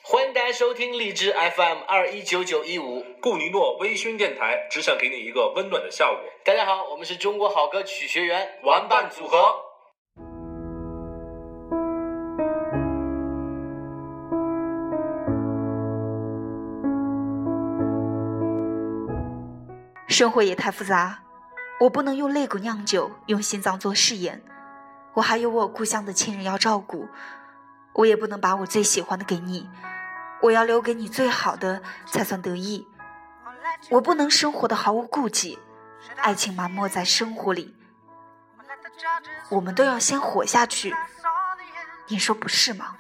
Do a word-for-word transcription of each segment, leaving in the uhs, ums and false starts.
欢迎大家收听荔枝 F M 二一九九一五顾尼诺微醺电台，只想给你一个温暖的下午。 大家好，我们是中国好歌曲学员玩伴组合。 生活也太复杂，我不能用肋骨酿酒，用心脏做誓言。我还有我故乡的亲人要照顾，我也不能把我最喜欢的给你，我要留给你最好的才算得意。我不能生活的毫无顾忌，爱情埋没在生活里，我们都要先活下去，你说不是吗？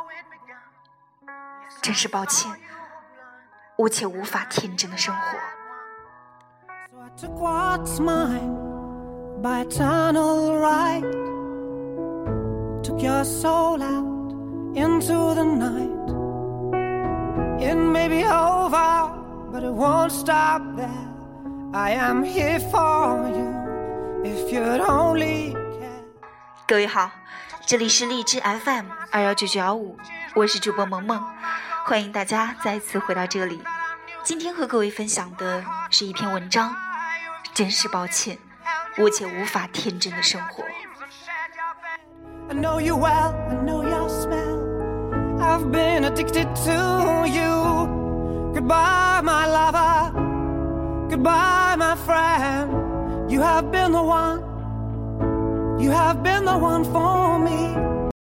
真是抱歉，我且无法天真的生活。 Took what's mine by eternal right, took your soul out into the night. It may be over, but it won't stop there. I am here for you, if you'd only care. 各位好，这里是荔枝 F M 二幺九九幺五，我是主播萌萌，欢迎大家再次回到这里。今天和各位分享的是一篇文章，真是抱歉，我且无法天真的生活。 I know you well, I know your smell, I've been addicted to you. Goodbye my lover, goodbye my friend. You have been the one, you have been the one for me.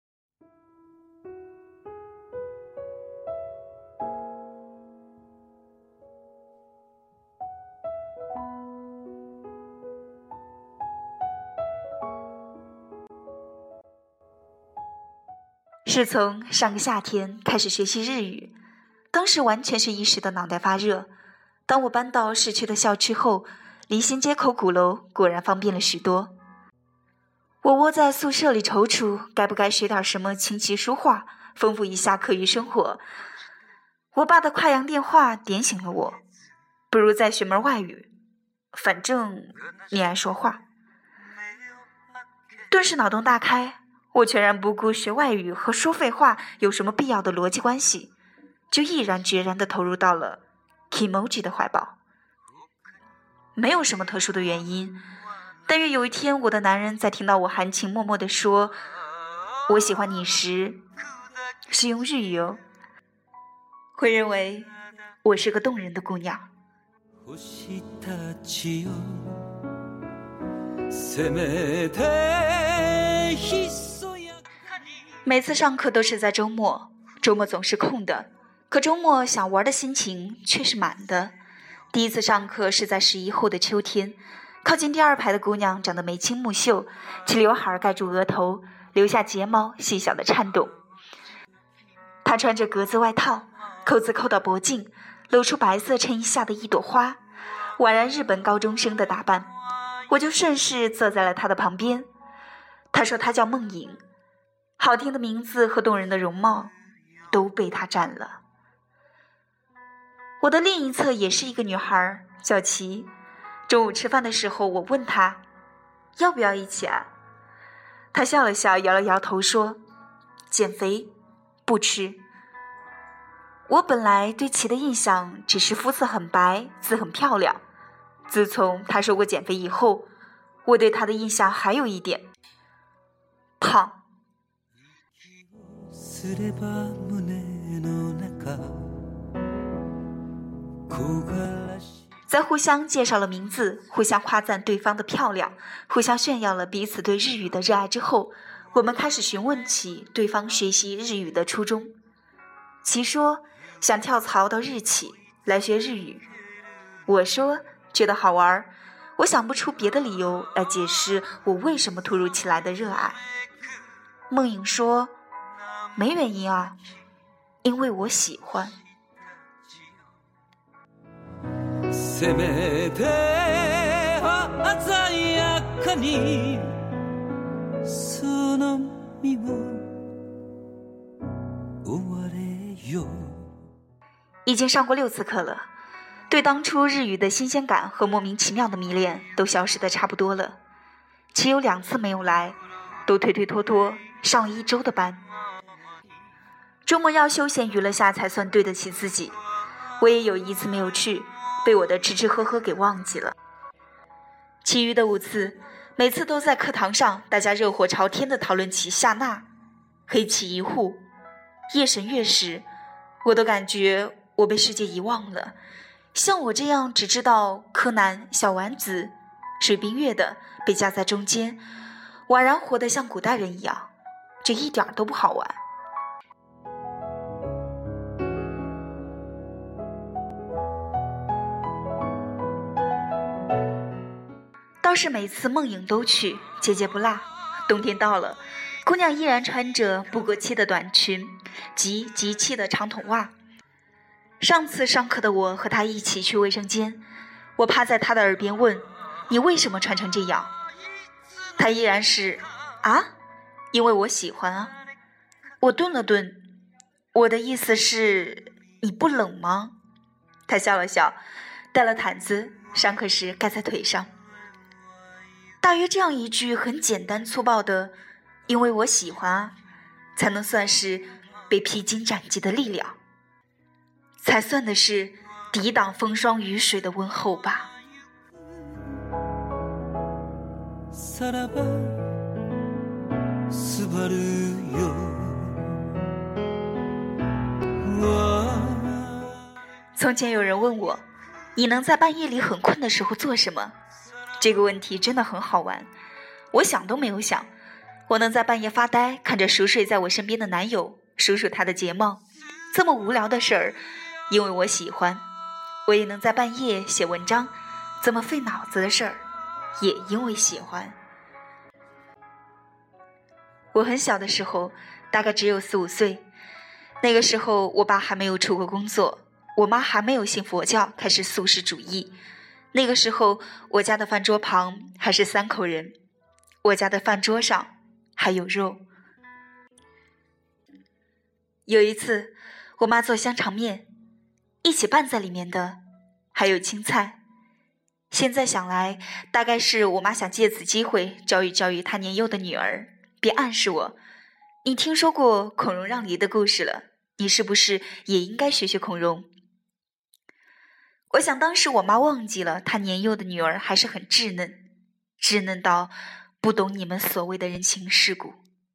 是从上个夏天开始学习日语，当时完全是一时的脑袋发热。当我搬到市区的校区后，离新街口鼓楼果然方便了许多。我窝在宿舍里踌躇，该不该学点什么琴棋书画，丰富一下课余生活。我爸的跨洋电话点醒了我，不如再学门外语，反正你爱说话。顿时脑洞大开，我全然不顾学外语和说废话有什么必要的逻辑关系，就毅然决然地投入到了 Kimoji 的怀抱。没有什么特殊的原因，但愿有一天我的男人在听到我含情脉脉地说我喜欢你时，是用日语哦，会认为我是个动人的姑娘。每次上课都是在周末，周末总是空的，可周末想玩的心情却是满的。第一次上课是在十一后的秋天，靠近第二排的姑娘长得眉清目秀，其刘海盖住额头，留下睫毛细小的颤动。她穿着格子外套，扣子扣到脖颈，露出白色衬衣下的一朵花，宛然日本高中生的打扮。我就顺势坐在了她的旁边。她说她叫梦影，好听的名字和动人的容貌都被她占了。我的另一侧也是一个女孩，叫琪。中午吃饭的时候，我问她要不要一起啊？她笑了笑，摇了摇头说减肥不吃。我本来对琪的印象只是肤色很白，字很漂亮。自从她说过减肥以后，我对她的印象还有一点胖。在互相介绍了名字，互相夸赞对方的漂亮，互相炫耀了彼此对日语的热爱之后，我们开始询问起对方学习日语的初衷。其说想跳槽到日企来学日语，我说觉得好玩，我想不出别的理由来解释我为什么突如其来的热爱。梦影说没原因啊，因为我喜欢。已经上过六次课了，对当初日语的新鲜感和莫名其妙的迷恋都消失得差不多了。其有两次没有来，都推推拖拖上了一周的班。 周末要休闲娱乐下才算对得起自己。我也有一次没有去，被我的吃吃喝喝给忘记了。其余的五次，每次都在课堂上，大家热火朝天地讨论起夏娜、黑崎一护、夜神月时，我都感觉我被世界遗忘了。像我这样只知道柯南、小丸子、水冰月的，被夹在中间，宛然活得像古代人一样，这一点都不好玩。倒是每次梦影都去，节节不落。冬天到了，姑娘依然穿着不过膝的短裙及及膝的长筒袜。上次上课的我和她一起去卫生间，我趴在她的耳边问：你为什么穿成这样？她依然是啊，因为我喜欢啊。我顿了顿，我的意思是你不冷吗？她笑了笑，带了毯子，上课时盖在腿上。大约这样一句很简单粗暴的因为我喜欢啊，才能算是被披荆斩棘的力量，才算的是抵挡风霜雨水的温厚吧。从前有人问我，你能在半夜里很困的时候做什么？这个问题真的很好玩，我想都没有想。我能在半夜发呆，看着熟睡在我身边的男友，数数他的睫毛，这么无聊的事儿，因为我喜欢。我也能在半夜写文章，这么费脑子的事儿，也因为喜欢。我很小的时候，大概只有四五岁，那个时候我爸还没有出国工作，我妈还没有信佛教，开始素食主义。那个时候我家的饭桌旁还是三口人，我家的饭桌上还有肉。有一次我妈做香肠面，一起拌在里面的还有青菜。现在想来，大概是我妈想借此机会教育教育她年幼的女儿，别暗示我，你听说过孔融让梨的故事了，你是不是也应该学学孔融？我想当时我妈忘记了她年幼的女儿还是很稚嫩，稚嫩到不懂你们所谓的人情世故。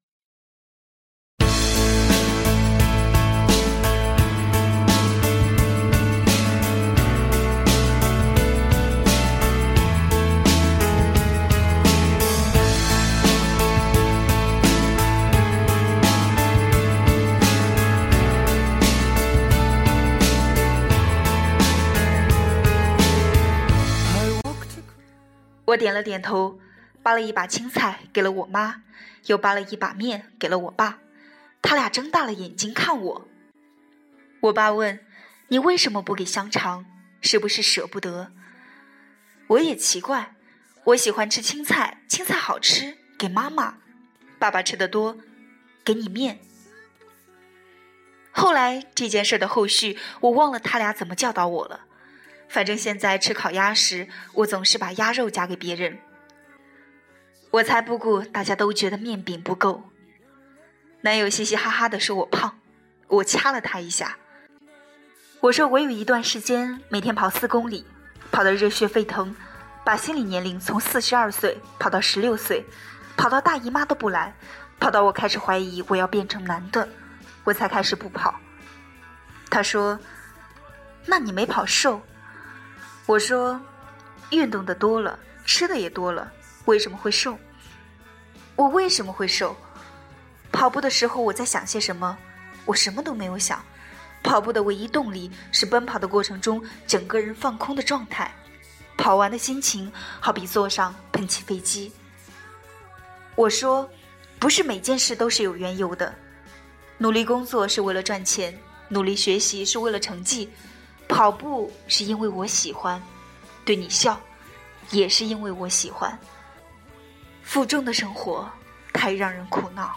我点了点头，扒了一把青菜给了我妈，又扒了一把面给了我爸。他俩睁大了眼睛看我。我爸问：你为什么不给香肠？是不是舍不得？我也奇怪，我喜欢吃青菜，青菜好吃，给妈妈。爸爸吃得多，给你面。后来这件事的后续，我忘了他俩怎么教导我了。反正现在吃烤鸭时，我总是把鸭肉夹给别人。我才不顾大家都觉得面饼不够。男友嘻嘻哈哈地说我胖，我掐了他一下。我说我有一段时间每天跑四公里，跑得热血沸腾，把心理年龄从四十二岁跑到十六岁，跑到大姨妈都不来，跑到我开始怀疑我要变成男的，我才开始不跑。他说：那你没跑瘦？我说：运动的多了，吃的也多了，为什么会瘦？我为什么会瘦？跑步的时候我在想些什么？我什么都没有想。跑步的唯一动力是奔跑的过程中整个人放空的状态，跑完的心情好比坐上喷气飞机。我说：不是每件事都是有缘由的，努力工作是为了赚钱，努力学习是为了成绩，跑步是因为我喜欢，对你笑也是因为我喜欢。负重的生活太让人苦恼。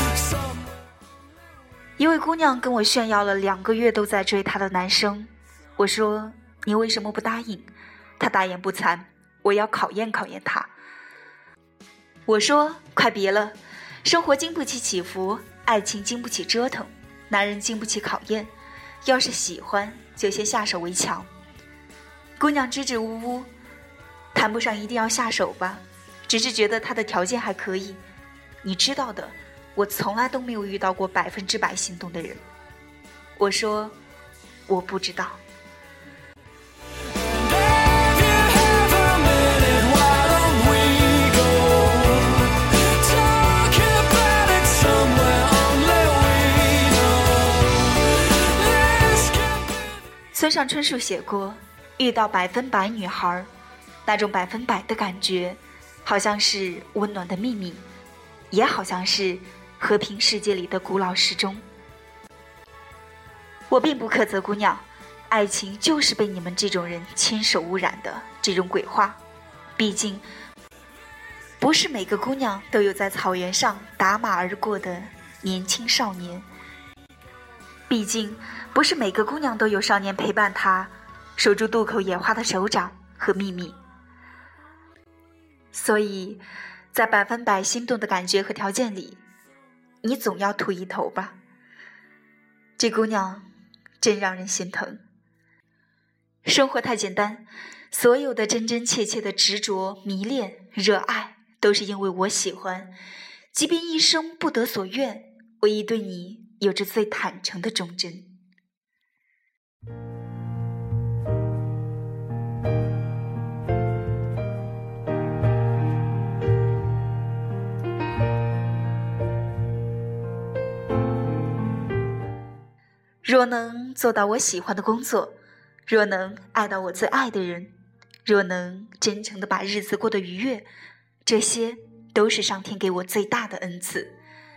一位姑娘跟我炫耀了两个月都在追她的男生， 我说你为什么不答应？他大言不惭，我要考验考验他。我说快别了，生活经不起起伏，爱情经不起折腾，男人经不起考验，要是喜欢就先下手为强。姑娘支支吾吾，谈不上一定要下手吧，只是觉得他的条件还可以。你知道的，我从来都没有遇到过百分之百心动的人。我说我不知道。村上春树写过，遇到百分百女孩，那种百分百的感觉，好像是温暖的秘密，也好像是和平世界里的古老时钟。我并不苛责姑娘，爱情就是被你们这种人亲手污染的这种鬼话。毕竟不是每个姑娘都有在草原上打马而过的年轻少年，毕竟不是每个姑娘都有少年陪伴她守住渡口野花的手掌和秘密。所以在百分百心动的感觉和条件里，你总要秃一头吧。这姑娘真让人心疼。生活太简单，所有的真真切切的执着、迷恋、热爱，都是因为我喜欢。即便一生不得所愿，我亦对你有着最坦诚的忠贞。若能做到我喜欢的工作，若能爱到我最爱的人，若能真诚地把日子过得愉悦，这些都是上天给我最大的恩赐。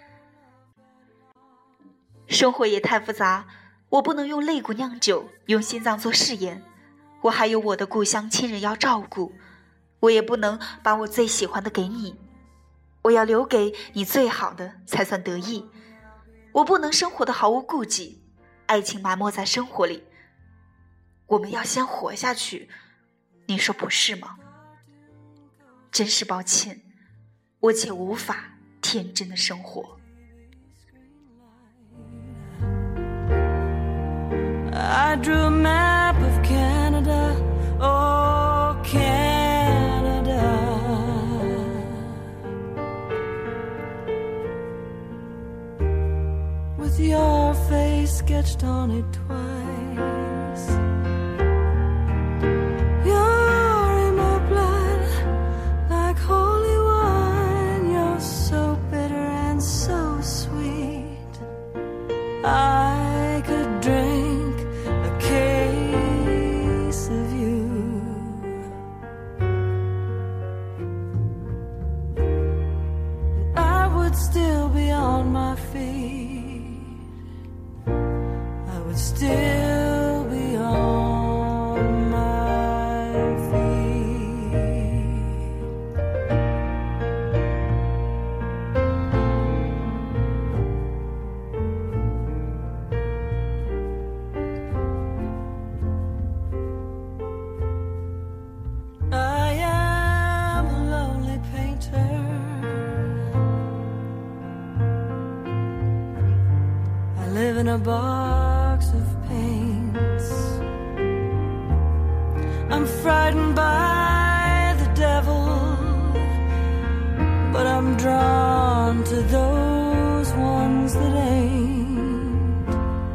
生活也太复杂，我不能用肋骨酿酒，用心脏做试验，我还有我的故乡亲人要照顾，我也不能把我最喜欢的给你，我要留给你最好的才算得意。我不能生活的毫无顾忌，爱情埋没在生活里，我们要先活下去，你说不是吗？真是抱歉，我且无法天真的生活。 I drew a map of Canada, oh Canada, with your face sketched on it twice. You're in my blood like holy wine, you're so bitter and so sweet. I could drink a case of you, and I would still be on my feet. I would still be on my feet. I am a lonely painter. I live in a box of paints. I'm frightened by the devil, but I'm drawn to those ones that ain't.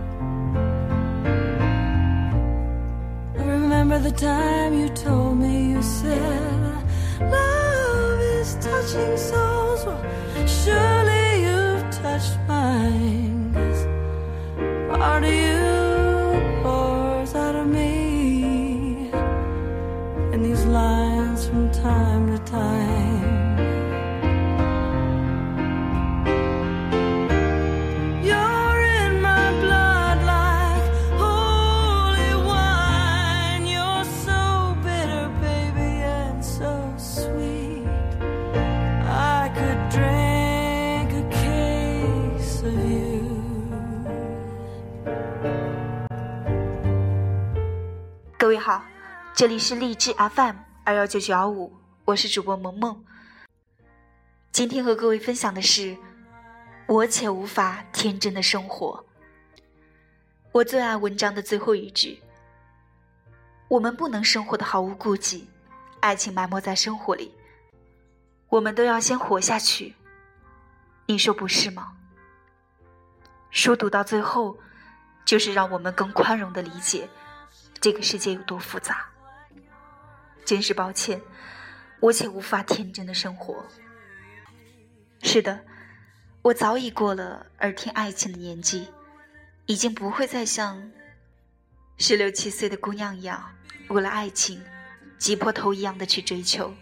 I remember the time you told me, you said, love is touching souls. Well, surely you've touched mine, 'cause part of you pours out of me in these lines from time to time. You're in my blood like holy wine. You're so bitter, baby, and so sweet. I could drink a case of you. 好，这里是荔枝 F M 二幺九九幺五，我是主播萌萌。今天和各位分享的是我且无法天真的生活。我最爱文章的最后一句，我们不能生活的毫无顾忌，爱情埋没在生活里，我们都要先活下去，你说不是吗？书读到最后，就是让我们更宽容地理解这个世界有多复杂。真是抱歉，我且无法天真的生活。是的，我早已过了耳听爱情的年纪，已经不会再像十六七岁的姑娘一样，为了爱情挤破头一样的去追求。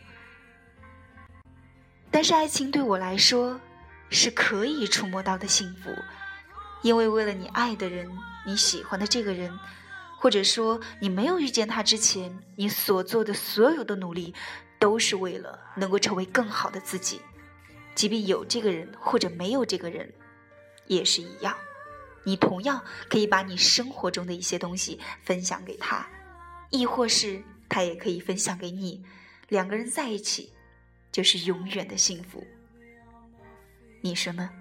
但是爱情对我来说是可以触摸到的幸福，因为为了你爱的人，你喜欢的这个人，或者说你没有遇见他之前，你所做的所有的努力都是为了能够成为更好的自己。即便有这个人或者没有这个人也是一样，你同样可以把你生活中的一些东西分享给他，亦或是他也可以分享给你，两个人在一起就是永远的幸福。你说呢？